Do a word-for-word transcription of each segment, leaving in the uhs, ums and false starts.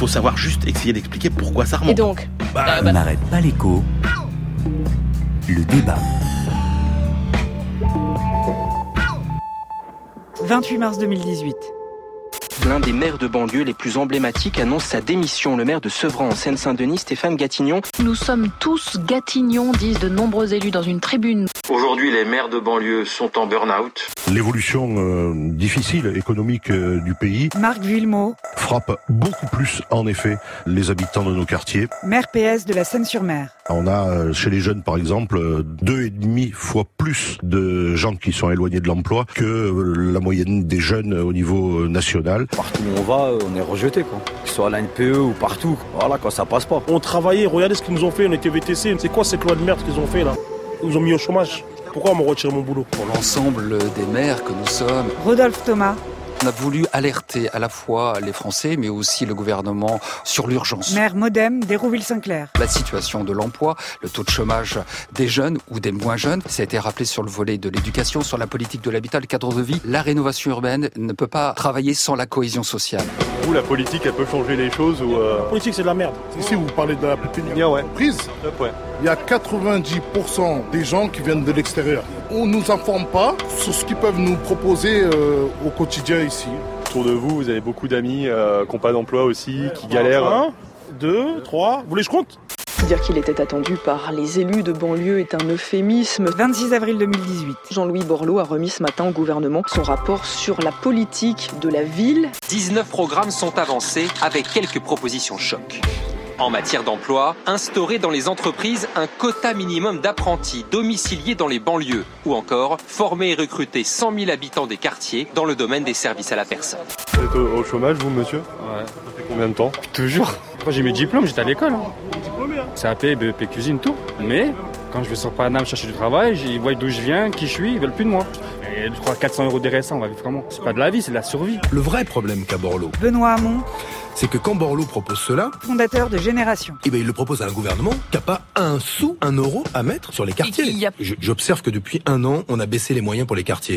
faut savoir juste essayer d'expliquer pourquoi ça remonte. Et donc bah, On n'arrête pas l'écho. Le débat. vingt-huit mars deux mille dix-huit. L'un des maires de banlieue les plus emblématiques annonce sa démission. Le maire de Sevran en Seine-Saint-Denis, Stéphane Gatignon. Nous sommes tous Gatignons, disent de nombreux élus dans une tribune. Aujourd'hui, les maires de banlieue sont en burn-out. L'évolution euh, difficile économique euh, du pays, Marc Villemot, frappe beaucoup plus, en effet, les habitants de nos quartiers. maire P S de la Seine-sur-Mer. On a, euh, chez les jeunes, par exemple, euh, deux et demi fois plus de gens qui sont éloignés de l'emploi que euh, la moyenne des jeunes au niveau euh, national. Partout où on va, on est rejeté, quoi. Que ce soit à la N P E ou partout. Voilà, quand ça passe pas. On travaillait, regardez ce qu'ils nous ont fait, on était V T C. C'est quoi cette loi de merde qu'ils ont fait là? Ils nous ont mis au chômage. Pourquoi on m'a retiré mon boulot? Pour l'ensemble des maires que nous sommes. Rodolphe Thomas. On a voulu alerter à la fois les Français, mais aussi le gouvernement sur l'urgence. Maire Modem d'Hérouville-Saint-Clair. La situation de l'emploi, le taux de chômage des jeunes ou des moins jeunes, ça a été rappelé sur le volet de l'éducation, sur la politique de l'habitat, le cadre de vie. La rénovation urbaine ne peut pas travailler sans la cohésion sociale. Où la politique, elle peut changer les choses ou euh... La politique, c'est de la merde. Ici, vous parlez de la pépinière ouais. prise. Ouais. Il y a quatre-vingt-dix pour cent des gens qui viennent de l'extérieur. On ne nous informe pas sur ce qu'ils peuvent nous proposer euh, au quotidien ici. Autour de vous, vous avez beaucoup d'amis euh, qui n'ont pas d'emploi aussi, qui galèrent. Un, deux, trois, vous voulez que je compte? Dire qu'il était attendu par les élus de banlieue est un euphémisme. vingt-six avril deux mille dix-huit. Jean-Louis Borloo a remis ce matin au gouvernement son rapport sur la politique de la ville. dix-neuf programmes sont avancés avec quelques propositions choc. En matière d'emploi, instaurer dans les entreprises un quota minimum d'apprentis domiciliés dans les banlieues. Ou encore, former et recruter cent mille habitants des quartiers dans le domaine des services à la personne. Vous êtes au, au chômage, vous, monsieur? Ouais. Ça fait combien de temps? Toujours. Moi, j'ai mes diplômes, j'étais à l'école. Hein. C A P, B E P, cuisine, tout. Mais quand je vais sur Paname chercher du travail, ils voient d'où je viens, qui je suis, ils veulent plus de moi. Et je crois quatre cents euros de R S A, on va vivre comment? C'est pas de la vie, c'est de la survie. Le vrai problème qu'a Borloo, Benoît Hamon, c'est que quand Borloo propose cela, fondateur de Génération, eh ben il le propose à un gouvernement qui n'a pas un sou, un euro à mettre sur les quartiers. A... J'observe que depuis un an, on a baissé les moyens pour les quartiers.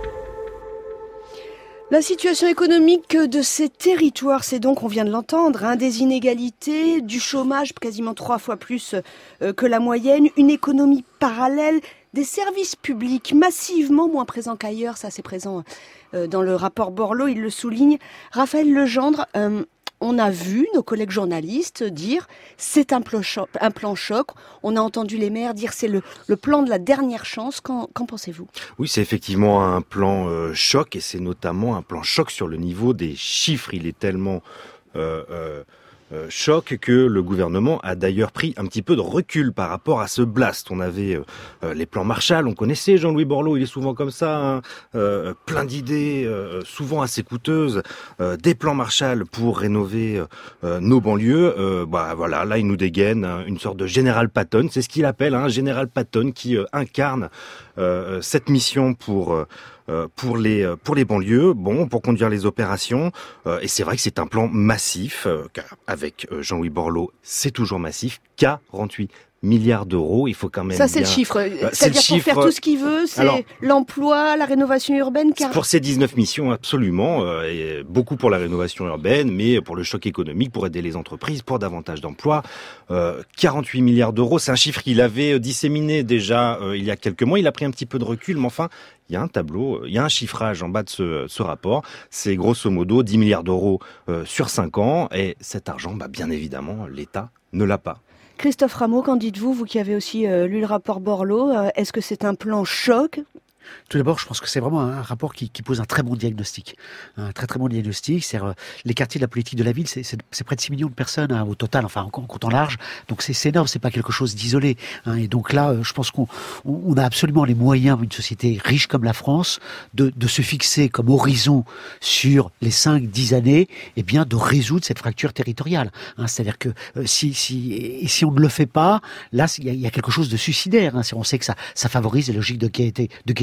La situation économique de ces territoires, c'est donc, on vient de l'entendre, hein, des inégalités, du chômage quasiment trois fois plus euh, que la moyenne, une économie parallèle, des services publics massivement moins présents qu'ailleurs, ça c'est présent euh, dans le rapport Borloo, il le souligne. Raphaël Legendre, euh, on a vu nos collègues journalistes dire c'est un plan choc, un plan choc. On a entendu les maires dire c'est le, le plan de la dernière chance. Qu'en, qu'en pensez-vous? Oui, c'est effectivement un plan euh, choc et c'est notamment un plan choc sur le niveau des chiffres. Il est tellement euh, euh, euh, choc que le gouvernement a d'ailleurs pris un petit peu de recul par rapport à ce blast. On avait euh, les plans Marshall, on connaissait Jean-Louis Borloo, il est souvent comme ça, hein, euh, plein d'idées, euh, souvent assez coûteuses, euh, des plans Marshall pour rénover euh, nos banlieues. Euh, bah voilà, là il nous dégaine hein, une sorte de Général Patton, c'est ce qu'il appelle un hein, Général Patton qui euh, incarne euh, cette mission pour euh, Euh, pour les euh, pour les banlieues, bon, pour conduire les opérations. Euh, et c'est vrai que c'est un plan massif. Euh, avec euh, Jean-Louis Borloo, c'est toujours massif. quarante-huit milliards d'euros. Il faut quand même. Ça, c'est bien... le chiffre. Euh, C'est-à-dire c'est pour chiffre... faire tout ce qu'il veut, c'est Alors, l'emploi, la rénovation urbaine. Car... Pour ces dix-neuf missions, absolument. Euh, et beaucoup pour la rénovation urbaine, mais pour le choc économique, pour aider les entreprises, pour davantage d'emplois. Euh, quarante-huit milliards d'euros, c'est un chiffre qu'il avait disséminé déjà euh, il y a quelques mois. Il a pris un petit peu de recul, mais enfin, il y a un tableau, il y a un chiffrage en bas de ce, ce rapport. C'est grosso modo dix milliards d'euros euh, sur cinq ans. Et cet argent, bah, bien évidemment, l'État ne l'a pas. Christophe Rameau, qu'en dites-vous, vous qui avez aussi euh, lu le rapport Borloo, euh, est-ce que c'est un plan choc ? Tout d'abord, je pense que c'est vraiment un rapport qui, qui pose un très bon diagnostic. Un très très bon diagnostic. C'est euh, les quartiers de la politique de la ville, c'est, c'est, c'est près de six millions de personnes hein, au total, enfin en, en comptant large. Donc c'est, c'est énorme, c'est pas quelque chose d'isolé. Hein, et donc là, euh, je pense qu'on on, on a absolument les moyens, une société riche comme la France, de, de se fixer comme horizon sur les cinq dix années, et bien de résoudre cette fracture territoriale. Hein, c'est-à-dire que euh, si, si, et si on ne le fait pas, là, il y, y a quelque chose de suicidaire. Hein, si on sait que ça, ça favorise les logiques de gaieté, de gaieté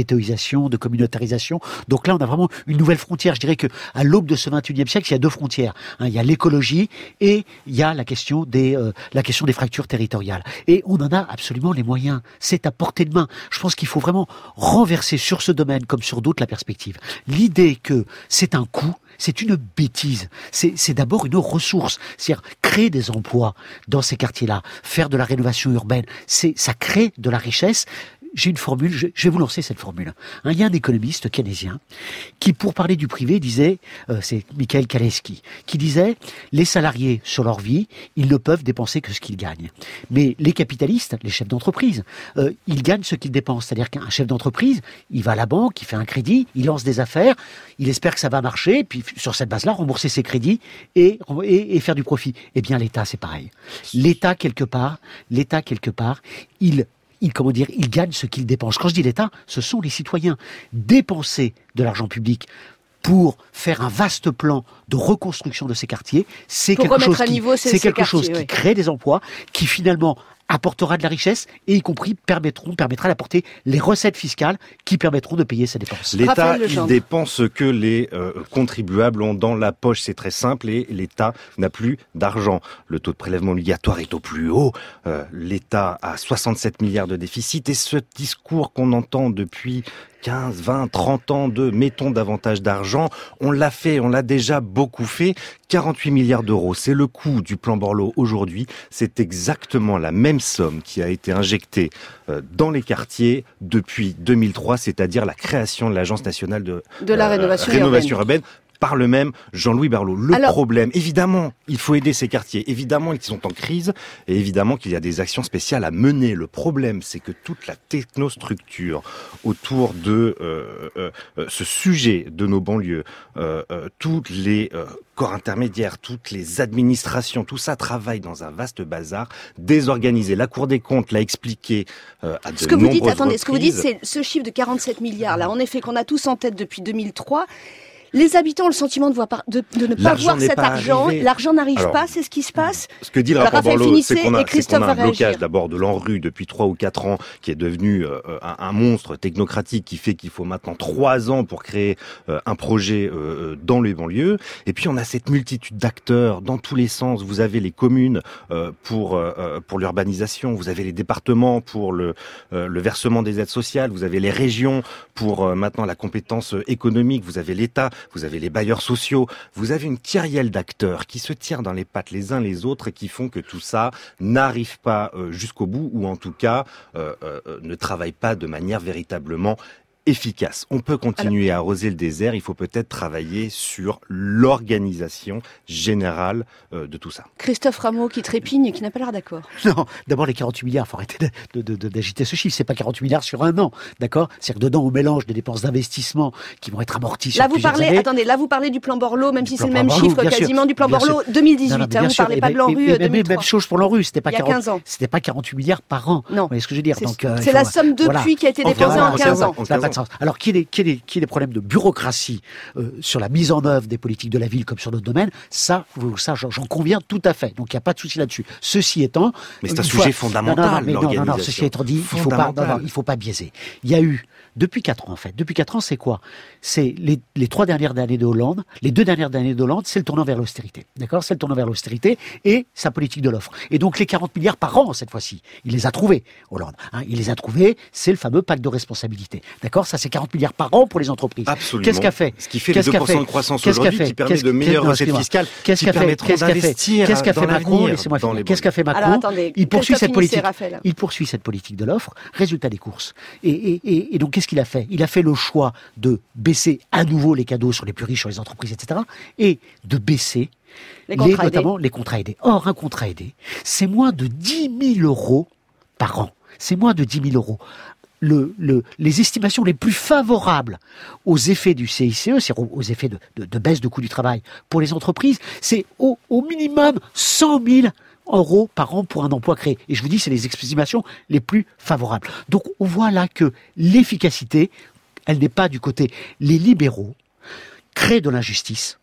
ghettoisation, de communautarisation. Donc là, on a vraiment une nouvelle frontière. Je dirais que à l'aube de ce vingt et unième siècle, il y a deux frontières. Hein, il y a l'écologie et il y a la question des euh, la question des fractures territoriales. Et on en a absolument les moyens. C'est à portée de main. Je pense qu'il faut vraiment renverser sur ce domaine comme sur d'autres la perspective. L'idée que c'est un coût, c'est une bêtise. C'est, c'est d'abord une ressource. C'est-à-dire créer des emplois dans ces quartiers-là, faire de la rénovation urbaine, c'est, ça crée de la richesse. J'ai une formule, je, je vais vous lancer cette formule. Hein, il y a un économiste keynésien qui, pour parler du privé, disait, euh, c'est Michael Kalecki, qui disait, les salariés, sur leur vie, ils ne peuvent dépenser que ce qu'ils gagnent. Mais les capitalistes, les chefs d'entreprise, euh, ils gagnent ce qu'ils dépensent. C'est-à-dire qu'un chef d'entreprise, il va à la banque, il fait un crédit, il lance des affaires, il espère que ça va marcher, puis sur cette base-là, rembourser ses crédits et, et, et faire du profit. Eh bien, l'État, c'est pareil. L'État, quelque part, l'État, quelque part, il Il, comment dire, il gagne ce qu'il dépense. Quand je dis l'État, ce sont les citoyens. Dépenser de l'argent public pour faire un vaste plan de reconstruction de ces quartiers, c'est pour quelque chose, à qui, niveau ces, c'est ces quelque quartiers, chose qui oui. crée des emplois, qui finalement apportera de la richesse et y compris permettront, permettra d'apporter les recettes fiscales qui permettront de payer ces dépenses. L'État, il dépense ce que les euh, contribuables ont dans la poche. C'est très simple et l'État n'a plus d'argent. Le taux de prélèvement obligatoire est au plus haut. Euh, L'État a soixante-sept milliards de déficit et ce discours qu'on entend depuis quinze, vingt, trente ans de mettons davantage d'argent, on l'a fait, on l'a déjà beaucoup fait. quarante-huit milliards d'euros, c'est le coût du plan Borloo aujourd'hui. C'est exactement la même somme qui a été injectée dans les quartiers depuis deux mille trois, c'est-à-dire la création de l'Agence nationale de, de la rénovation, euh, rénovation urbaine. urbaine. Par le même Jean-Louis Barlot. Le Alors, problème, évidemment, il faut aider ces quartiers. Évidemment qu'ils sont en crise et évidemment qu'il y a des actions spéciales à mener. Le problème, c'est que toute la technostructure autour de euh, euh, ce sujet de nos banlieues, euh, euh, toutes les euh, corps intermédiaires, toutes les administrations, tout ça travaille dans un vaste bazar désorganisé. La Cour des comptes l'a expliqué euh, à de ce que vous dites, nombreuses attendez, ce que vous dites, reprises. c'est ce chiffre de quarante-sept milliards là, en effet, qu'on a tous en tête depuis deux mille trois. Les habitants ont le sentiment de, voir par, de, de ne pas L'argent voir n'est cet pas argent. arrivé. L'argent n'arrive Alors, pas, c'est ce qui se passe. Ce que dit le rapport Raphaël Borloo, Finissé c'est qu'on a, et Christophe c'est qu'on a un va réagir. blocage d'abord de l'ANRU depuis trois ou quatre ans, qui est devenu euh, un, un monstre technocratique qui fait qu'il faut maintenant trois ans pour créer euh, un projet euh, dans les banlieues. Et puis on a cette multitude d'acteurs dans tous les sens. Vous avez les communes euh, pour euh, pour l'urbanisation, vous avez les départements pour le euh, le versement des aides sociales, vous avez les régions pour euh, maintenant la compétence économique, vous avez l'État, vous avez les bailleurs sociaux, vous avez une kyrielle d'acteurs qui se tirent dans les pattes les uns les autres et qui font que tout ça n'arrive pas euh, jusqu'au bout ou en tout cas euh, euh, ne travaille pas de manière véritablement efficace. On peut continuer Alors, à arroser le désert, il faut peut-être travailler sur l'organisation générale euh, de tout ça. Christophe Rameau qui trépigne et qui n'a pas l'air d'accord. Non, d'abord les quarante-huit milliards, il faut arrêter de, de, de, d'agiter ce chiffre, c'est pas quarante-huit milliards sur un an, d'accord ? C'est-à-dire que dedans on mélange des dépenses d'investissement qui vont être amorties sur là, vous plusieurs parlez, années. Attendez, là vous parlez du plan Borloo, même du si plan c'est le même Borloo, chiffre quasiment sûr, du plan Borloo sûr. deux mille dix-huit, Non, non, hein, vous sûr, parlez pas mais, de l'ANRU mais, deux mille trois. Même chose pour l'ANRU, c'était pas, Il y a quarante, quinze ans. C'était pas quarante-huit milliards par an. Non. Vous voyez ce que je veux dire ? C'est, Donc, euh, c'est faut, la somme depuis voilà. qui a été dépensée Voilà, en quinze ans. Ça n'a pas de sens. Alors qu'il y ait des, qu'il y ait des, qu'il y ait des problèmes de bureaucratie euh, sur la mise en œuvre des politiques de la ville comme sur d'autres domaines, ça, ça j'en, j'en conviens tout à fait. Donc il n'y a pas de souci là-dessus. Ceci étant, mais c'est un fois, sujet fondamental. Non, non, non, mais l'organisation. non, non, non, ceci étant dit, il faut pas, non, non, il faut pas biaiser. Il y a eu depuis quatre ans en fait. Depuis quatre ans, c'est quoi ? C'est les, les trois dernières années de Hollande, les deux dernières années de Hollande, c'est le tournant vers l'austérité. D'accord ? C'est le tournant vers l'austérité et sa politique de l'offre. Et donc les quarante milliards par an cette fois-ci, il les a trouvés, Hollande. Hein, il les a trouvés. C'est le fameux pacte de responsabilité. D'accord ? Ça, c'est quarante milliards par an pour les entreprises. Absolument. Qu'est-ce qu'a fait ? Ce qui fait les deux pour cent de croissance aujourd'hui, qui permet de meilleures recettes fiscales, qu'est-ce qui permettront qu'est-ce d'investir Qu'est-ce qu'a dans fait Macron ? l'avenir. Laissez-moi dans finir. les Qu'est-ce qu'a fait Macron ? Alors, attendez, Il poursuit cette politique. Raphaël. Il poursuit cette politique de l'offre. Résultat des courses. Et, et, et, et donc, qu'est-ce qu'il a fait ? Il a fait le choix de baisser à nouveau les cadeaux sur les plus riches, sur les entreprises, et cetera, et de baisser les, les notamment les contrats aidés. Or, un contrat aidé, c'est moins de dix mille euros par an. C'est moins de dix mille euros. Le, le, les estimations les plus favorables aux effets du C I C E, c'est-à-dire aux, aux effets de, de, de baisse de coût du travail pour les entreprises, c'est au, au minimum cent mille euros par an pour un emploi créé. Et je vous dis, c'est les estimations les plus favorables. Donc, on voit là que l'efficacité, elle n'est pas du côté. Les libéraux créent de l'injustice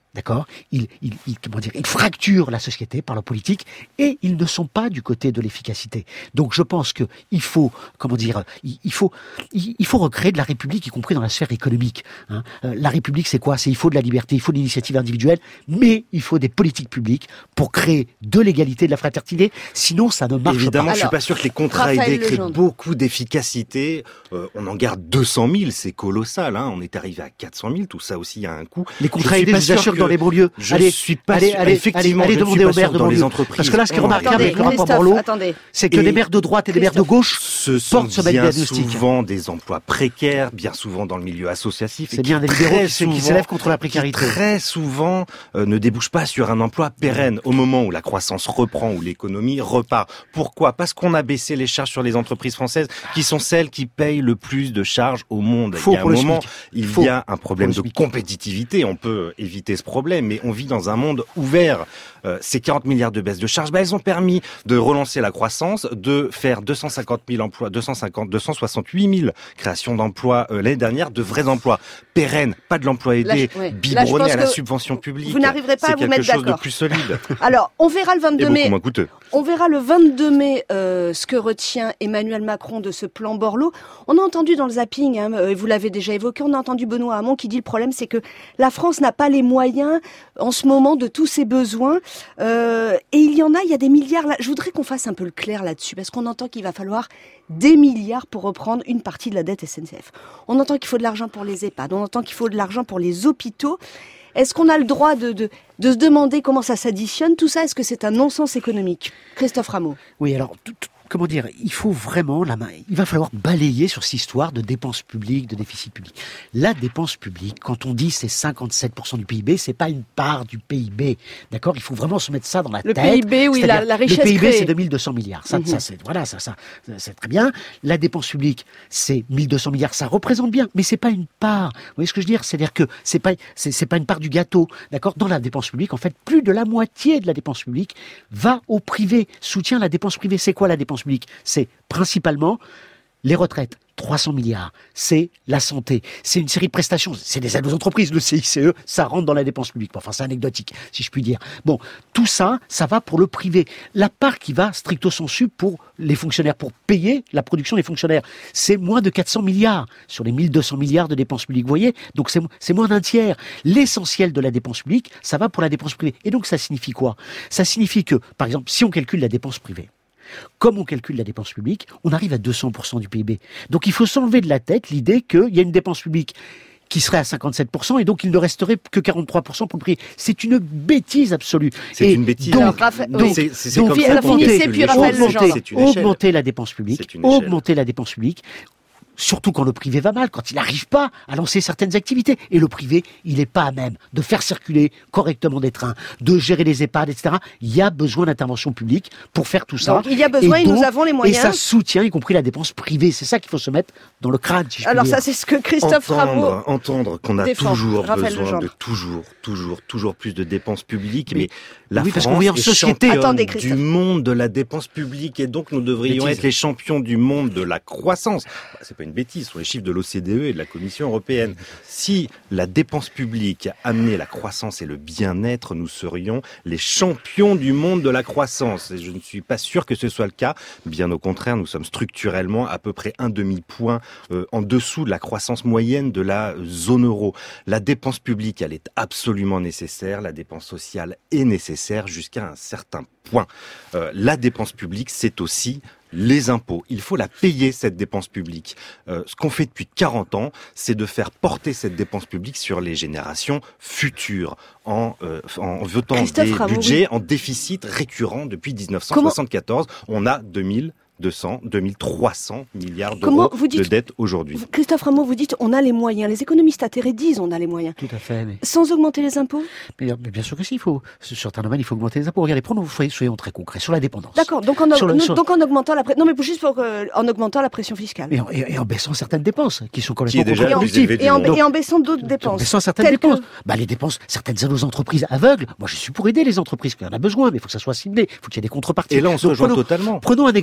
D'accord, ils, ils, ils, comment dire, ils fracturent la société par leur politique et ils ne sont pas du côté de l'efficacité. Donc je pense que il faut, comment dire, il, il faut, il, il faut recréer de la République, y compris dans la sphère économique. Hein. Euh, la République, c'est quoi? C'est il faut de la liberté, il faut de l'initiative individuelle, mais il faut des politiques publiques pour créer de l'égalité, de la fraternité. Sinon, ça ne marche Évidemment, pas. je suis Alors, pas sûr que les contrats Raphaël aidés créent Legendre. beaucoup d'efficacité. Euh, on en garde deux cent mille, c'est colossal. Hein. On est arrivé à quatre cent mille. Tout ça aussi a un coût. Les Je contrats suis aidés, pas je vous sûr assure, que- dans les banlieues. Je allez, suis pas allez, sûr. allez, Effectivement, allez, allez je demander suis aux pas maires sûr de dans les banlieue. entreprises. Parce que là, ce qui est on en remarquable arrive. avec le rapport Christophe, Borloo, attendez. c'est que Et les maires de droite et les maires de gauche Ce sont portent ce même bien diagnostic. souvent des emplois précaires, bien souvent dans le milieu associatif. C'est et bien qui des libéraux très qui se- qui souvent- s'élèvent contre la qui précarité. très souvent euh, ne débouchent pas sur un emploi pérenne au moment où la croissance reprend, où l'économie repart. Pourquoi? Parce qu'on a baissé les charges sur les entreprises françaises, qui sont celles qui payent le plus de charges au monde. Faux il y a un pour le moment, SMIC. il Faux y a un problème pour le de SMIC. compétitivité. On peut éviter ce problème, mais on vit dans un monde ouvert. Euh, ces quarante milliards de baisse de charges, bah, elles ont permis de relancer la croissance, de faire deux cent cinquante mille emplois, deux cent cinquante, deux cent soixante-huit mille créations d'emplois euh, l'année dernière, de vrais emplois pérennes, pas de l'emploi Là, aidé, je- ouais. Là, je biberonné pense à la que subvention publique. vous n'arriverez pas à C'est vous quelque mettre chose de d'accord. plus solide Alors, on verra le et vingt-deux beaucoup mai. moins coûteux. On verra le vingt-deux mai euh, ce que retient Emmanuel Macron de ce plan Borloo. On a entendu dans le zapping, hein, euh, vous l'avez déjà évoqué, on a entendu Benoît Hamon qui dit le problème c'est que la France n'a pas les moyens en ce moment de tous ses besoins. Euh, et il y en a, il y a des milliards là. Je voudrais qu'on fasse un peu le clair là-dessus parce qu'on entend qu'il va falloir des milliards pour reprendre une partie de la dette S N C F. On entend qu'il faut de l'argent pour les EHPAD, on entend qu'il faut de l'argent pour les hôpitaux. Est-ce qu'on a le droit de, de, de se demander comment ça s'additionne, tout ça? Est-ce que c'est un non-sens économique? Christophe Rameau. Oui, alors, tout- tout- comment dire, il faut vraiment la main, il va falloir balayer sur cette histoire de dépenses publiques, de déficit public. La dépense publique, quand on dit c'est cinquante-sept pour cent du P I B, c'est pas une part du P I B. D'accord? Il faut vraiment se mettre ça dans la Le tête. P I B, oui, la- C'est-à-dire, la richesse Le P I B, créée. c'est deux mille deux cents milliards. Ça, Mhm. ça, c'est, voilà, ça, ça, c'est très bien. La dépense publique, c'est mille deux cents milliards. Ça représente bien, mais c'est pas une part. Vous voyez ce que je veux dire? C'est-à-dire que c'est pas, c'est, c'est pas une part du gâteau. D'accord? Dans la dépense publique, en fait, plus de la moitié de la dépense publique va au privé, soutient la dépense privée. C'est quoi la dépense publique? C'est principalement les retraites, trois cents milliards. C'est la santé. C'est une série de prestations. C'est des aides aux entreprises. Le C I C E, ça rentre dans la dépense publique. Enfin, c'est anecdotique, si je puis dire. Bon, tout ça, ça va pour le privé. La part qui va stricto sensu pour les fonctionnaires, pour payer la production des fonctionnaires, c'est moins de quatre cents milliards sur les mille deux cents milliards de dépenses publiques. Vous voyez? Donc, c'est, c'est moins d'un tiers. L'essentiel de la dépense publique, ça va pour la dépense privée. Et donc, ça signifie quoi? Ça signifie que, par exemple, si on calcule la dépense privée, comme on calcule la dépense publique, on arrive à deux cents pour cent du P I B. Donc il faut s'enlever de la tête l'idée qu'il y a une dépense publique qui serait à cinquante-sept pour cent et donc il ne resterait que quarante-trois pour cent pour le privé. C'est une bêtise absolue. C'est Et une bêtise. Donc, Alors, Raphaël- donc, oui. C'est- c'est- c'est donc, comme ça qu'on finissez, calcule puis les Raphaël choses. Legendre. C'est une échelle. augmenter la dépense publique, C'est une échelle. augmenter la dépense publique, surtout quand le privé va mal, quand il n'arrive pas à lancer certaines activités. Et le privé, il n'est pas à même de faire circuler correctement des trains, de gérer les EHPAD, et cetera. Il y a besoin d'intervention publique pour faire tout ça. Donc, il y a besoin Et et nous donc- avons les Et moyens. ça soutient, y compris la dépense privée. C'est ça qu'il faut se mettre dans le crâne, si je puis Alors dire. ça, c'est ce que Christophe Rameau... entendre, entendre qu'on a défend. toujours Raphaël besoin Legendre. de toujours, toujours, toujours plus de dépenses publiques, Mais- mais, la oui, parce France qu'on vit en est société. championne Attendez, du Christophe. monde de la dépense publique et donc nous devrions Bêtise. être les champions du monde de la croissance. Bah, c'est pas une bêtise, ce sont les chiffres de l'O C D E et de la Commission européenne. Si la dépense publique amenait la croissance et le bien-être, nous serions les champions du monde de la croissance. Et je ne suis pas sûr que ce soit le cas. Bien au contraire, nous sommes structurellement à peu près un demi-point euh, en dessous de la croissance moyenne de la zone euro. La dépense publique, elle est absolument nécessaire. La dépense sociale est nécessaire jusqu'à un certain point. Euh, la dépense publique, c'est aussi les impôts. Il faut la payer, cette dépense publique. Euh, ce qu'on fait depuis quarante ans, c'est de faire porter cette dépense publique sur les générations futures en, euh, en votant Christophe des Rameau, budgets oui. en déficit récurrent depuis dix-neuf cent soixante-quatorze. On a deux mille deux cents, deux mille trois cents milliards Comment d'euros vous dites- de dette aujourd'hui. Vous- Christophe Rameau, vous dites on a les moyens. Les économistes atterrés disent on a les moyens. Tout à fait, mais... Sans augmenter les impôts? Mais, mais bien sûr que si, il faut, sur certains domaines, il faut augmenter les impôts. Regardez, prenons, soyons, soyons très concrets, sur la dépendance. D'accord, donc en, Sur le- nous- sur- donc en augmentant la pression... Non mais juste pour, euh, en augmentant la pression fiscale. Et en, et- et en baissant certaines dépenses, qui sont Qui est complètement déjà la plus contre-productives. élevée du Et en, monde. et en baissant d'autres En dépenses. baissant certaines telles que- dépenses. Bah, les dépenses, certaines aides aux entreprises aveugles. Moi, je suis pour aider les entreprises, qu'il y en a besoin, mais il faut que ça soit ciblé. Il faut qu'il y ait des contreparties. Et là, on se Donc, rejoint prenons, totalement. prenons un exemple concret.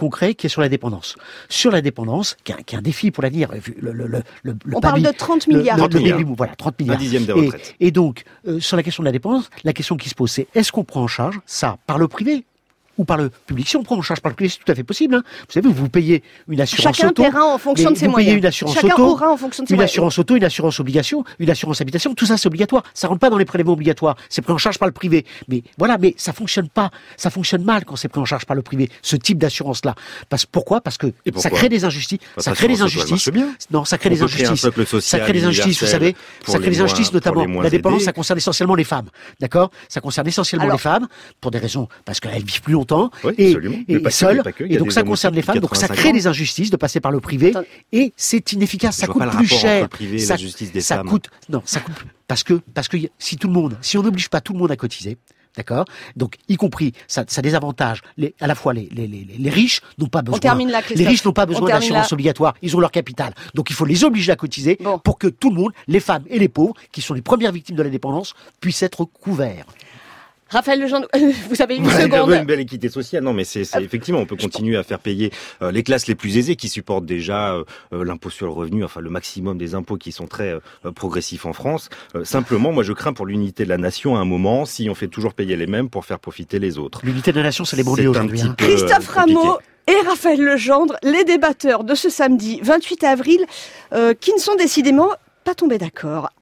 concret qui est sur la dépendance. Sur la dépendance, qui est un, qui est un défi pour l'avenir. Le, le, le, le, On parle de trente milliards. Le, le, le baby, voilà, trente milliards. Un dixième des retraites. Et, et donc, euh, sur la question de la dépendance, la question qui se pose, c'est est-ce qu'on prend en charge ça par le privé ou par le public? Si on prend en charge par le privé, c'est tout à fait possible. Hein. Vous savez, vous payez une assurance Chacun auto. Chacun paiera en fonction de ses vous moyens. Payez une assurance Chacun auto, aura en fonction de ses une moyens. assurance auto, une assurance obligation, une assurance habitation. Tout ça, c'est obligatoire. Ça rentre pas dans les prélèvements obligatoires. C'est pris en charge par le privé. Mais voilà, mais ça fonctionne pas. Ça fonctionne mal quand c'est pris en charge par le privé. Ce type d'assurance-là. Parce pourquoi Parce que pourquoi ça crée des injustices. Bah, ça crée des injustices. Non, ça crée des injustices. Ça crée des injustices. Vous savez, ça crée des injustices, notamment la dépendance. Ça concerne essentiellement les femmes. D'accord. Ça concerne essentiellement les femmes pour des raisons parce qu'elles vivent plus longtemps et seules. Et donc ça concerne les femmes, donc ça crée des injustices de passer par le privé et c'est inefficace, ça coûte plus cher. Ça, ça coûte, non, ça coûte parce que parce que si tout le monde, si on n'oblige pas tout le monde à cotiser, d'accord, donc y compris ça, ça désavantage les, à la fois les les les, les riches n'ont pas besoin, là, les riches n'ont pas besoin d'assurance obligatoire, ils ont leur capital, donc il faut les obliger à cotiser bon. pour que tout le monde, les femmes et les pauvres, qui sont les premières victimes de la dépendance, puissent être couverts. Raphaël Legendre, vous avez une ouais, seconde. Une belle équité sociale. Non, mais c'est, c'est effectivement, on peut continuer à faire payer euh, les classes les plus aisées qui supportent déjà euh, l'impôt sur le revenu, enfin le maximum des impôts qui sont très euh, progressifs en France. Euh, simplement, moi, je crains pour l'unité de la nation à un moment si on fait toujours payer les mêmes pour faire profiter les autres. L'unité de la nation, c'est les banlieues aujourd'hui. Hein. Christophe euh, Rameau et Raphaël Legendre, les débatteurs de ce samedi vingt-huit avril, euh, qui ne sont décidément pas tombés d'accord.